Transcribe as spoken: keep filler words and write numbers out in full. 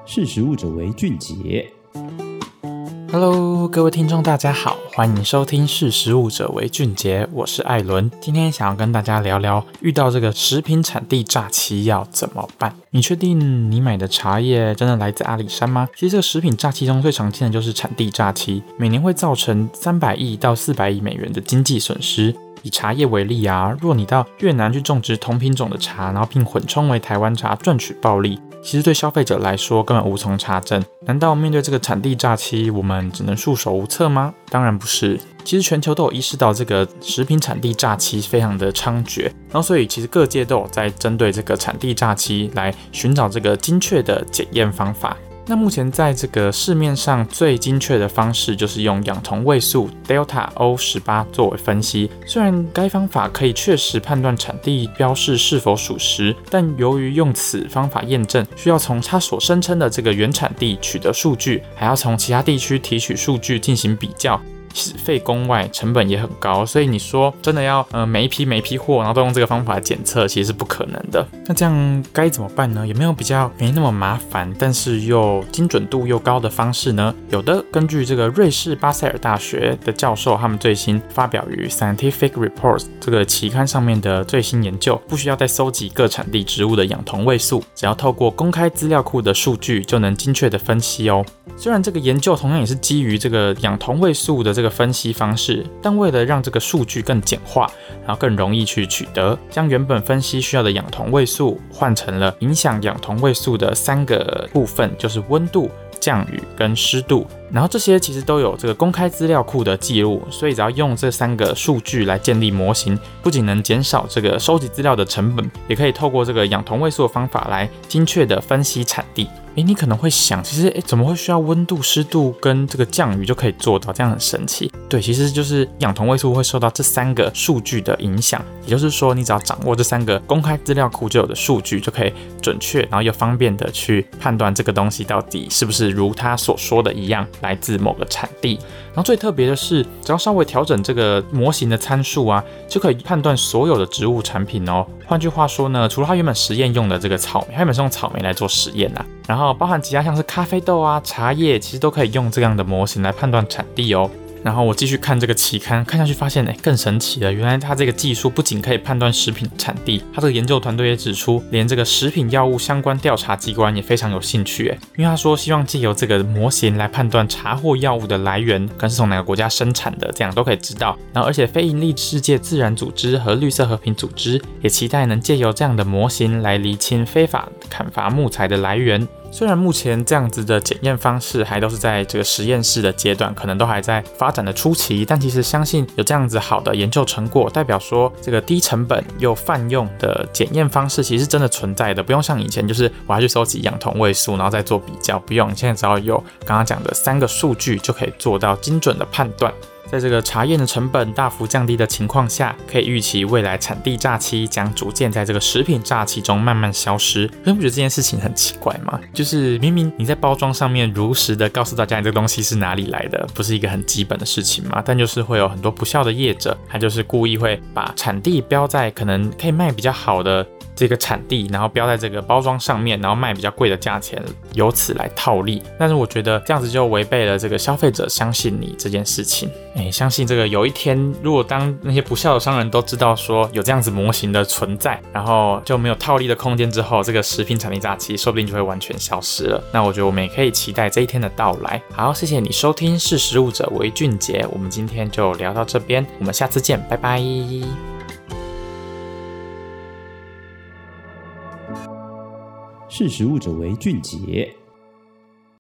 识时务者为俊杰。 Hello， 各位听众大家好，欢迎收听识时务者为俊杰，我是艾伦。今天想要跟大家聊聊，遇到这个食品产地诈欺要怎么办？你确定你买的茶叶真的来自阿里山吗？其实这个食品诈欺中最常见的就是产地诈欺，每年会造成三百亿到四百亿美元的经济损失。以茶叶为例啊，若你到越南去种植同品种的茶，然后并混充为台湾茶赚取暴利，其实对消费者来说根本无从查证。难道面对这个产地诈欺，我们只能束手无策吗？当然不是。其实全球都有意识到这个食品产地诈欺非常的猖獗，然后所以其实各界都有在针对这个产地诈欺来寻找这个精确的检验方法。那目前在这个市面上最精确的方式就是用氧同位素 Delta O 十八 作为分析。虽然该方法可以确实判断产地标示是否属实，但由于用此方法验证需要从它所声称的这个原产地取得数据，还要从其他地区提取数据进行比较，其实费工外，成本也很高，所以你说真的要呃每一批每一批货，然后都用这个方法检测，其实是不可能的。那这样该怎么办呢？有没有比较没那么麻烦，但是又精准度又高的方式呢？有的，根据这个瑞士巴塞尔大学的教授，他们最新发表于 Scientific Reports 这个期刊上面的最新研究，不需要再搜集各产地植物的氧同位素，只要透过公开资料库的数据，就能精确的分析哦。虽然这个研究同样也是基于这个氧同位素的这个分析方式，但为了让这个数据更简化，然后更容易去取得，将原本分析需要的氧同位素换成了影响氧同位素的三个部分，就是温度、降雨跟湿度。然后这些其实都有这个公开资料库的记录，所以只要用这三个数据来建立模型，不仅能减少这个收集资料的成本，也可以透过这个氧同位素的方法来精确的分析产地。诶，你可能会想，其实诶怎么会需要温度、湿度跟这个降雨就可以做到？这样很神奇。对，其实就是氧同位素会受到这三个数据的影响，也就是说，你只要掌握这三个公开资料库就有的数据，就可以准确然后又方便的去判断这个东西到底是不是如他所说的一样来自某个产地。然后最特别的是，只要稍微调整这个模型的参数啊，就可以判断所有的植物产品哦。换句话说呢，除了它原本实验用的这个草莓，它原本是用草莓来做实验啊，然后包含其他像是咖啡豆啊、茶叶，其实都可以用这样的模型来判断产地哦。然后我继续看这个期刊，看下去发现，哎，更神奇了。原来它这个技术不仅可以判断食品产地，它这个研究团队也指出，连这个食品药物相关调查机关也非常有兴趣，哎，因为他说希望借由这个模型来判断茶或药物的来源，跟是从哪个国家生产的，这样都可以知道。然后，而且非营利世界自然组织和绿色和平组织也期待能借由这样的模型来厘清非法砍伐木材的来源。虽然目前这样子的检验方式还都是在这个实验室的阶段，可能都还在发展的初期，但其实相信有这样子好的研究成果，代表说这个低成本又泛用的检验方式其实是真的存在的，不用像以前就是我要去收集氧同位素然后再做比较，不用，现在只要有刚刚讲的三个数据就可以做到精准的判断。在这个茶叶的成本大幅降低的情况下，可以预期未来产地诈欺将逐渐在这个食品诈欺中慢慢消失。可是不觉得这件事情很奇怪吗？就是明明你在包装上面如实的告诉大家你这个东西是哪里来的，不是一个很基本的事情吗？但就是会有很多不肖的业者，他就是故意会把产地标在可能可以卖比较好的这个产地，然后标在这个包装上面，然后卖比较贵的价钱，由此来套利。但是我觉得这样子就违背了这个消费者相信你这件事情。哎，相信这个有一天，如果当那些不肖的商人都知道说有这样子模型的存在，然后就没有套利的空间之后，这个食品产地诈欺说不定就会完全消失了。那我觉得我们也可以期待这一天的到来。好，谢谢你收听识时务者为俊杰，我们今天就聊到这边，我们下次见，拜拜。 识时务者为俊杰。